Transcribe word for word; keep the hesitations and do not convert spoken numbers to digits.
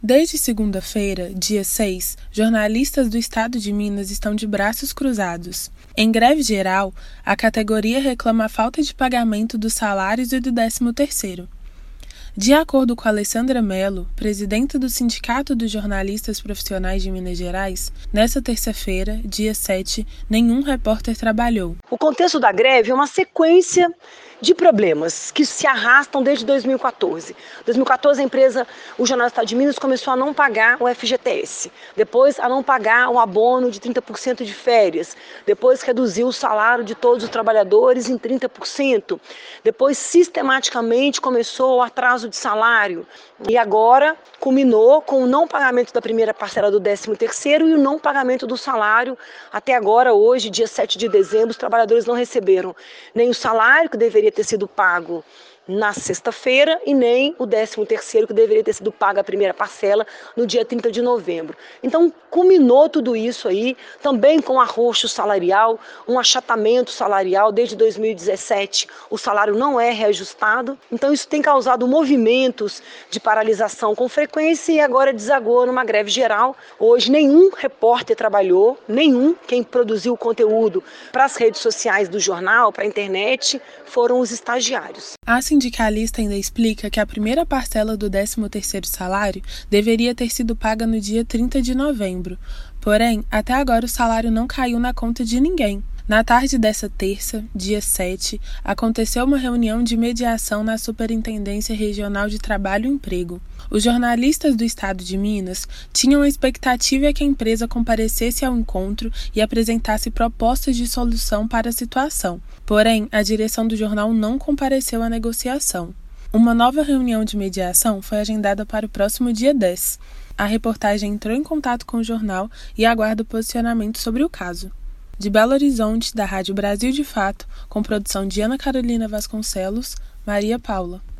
Desde segunda-feira, dia seis, jornalistas do estado de Minas estão de braços cruzados. Em greve geral, a categoria reclama a falta de pagamento dos salários e do décimo terceiro. De acordo com Alessandra Mello, presidenta do Sindicato dos Jornalistas Profissionais de Minas Gerais, nesta terça-feira, dia sete, nenhum repórter trabalhou. O contexto da greve é uma sequência de problemas que se arrastam desde dois mil e quatorze. Em dois mil e quatorze, a empresa, o Jornal do Estado de Minas, começou a não pagar o F G T S. Depois, a não pagar o abono de trinta por cento de férias. Depois, reduziu o salário de todos os trabalhadores em trinta por cento. Depois, sistematicamente, começou o atraso de salário. E agora, culminou com o não pagamento da primeira parcela do décimo terceiro e o não pagamento do salário. Até agora, hoje, dia sete de dezembro, os trabalhadores não receberam nem o salário que deveria ter sido pago na sexta-feira e nem o décimo terceiro que deveria ter sido pago a primeira parcela no dia trinta de novembro. Então, culminou tudo isso aí, também com arroxo salarial, um achatamento salarial. Desde dois mil e dezessete, o salário não é reajustado. Então, isso tem causado movimentos de paralisação com frequência e agora desagou numa greve geral. Hoje, nenhum repórter trabalhou, nenhum. Quem produziu o conteúdo para as redes sociais do jornal, para a internet, foram os estagiários. A sindicalista ainda explica que a primeira parcela do décimo terceiro salário deveria ter sido paga no dia trinta de novembro. Porém, até agora o salário não caiu na conta de ninguém. Na tarde dessa terça, dia sete, aconteceu uma reunião de mediação na Superintendência Regional de Trabalho e Emprego. Os jornalistas do estado de Minas tinham a expectativa que a empresa comparecesse ao encontro e apresentasse propostas de solução para a situação. Porém, a direção do jornal não compareceu à negociação. Uma nova reunião de mediação foi agendada para o próximo dia dez. A reportagem entrou em contato com o jornal e aguarda o posicionamento sobre o caso. De Belo Horizonte, da Rádio Brasil de Fato, com produção de Ana Carolina Vasconcelos, Maria Paula.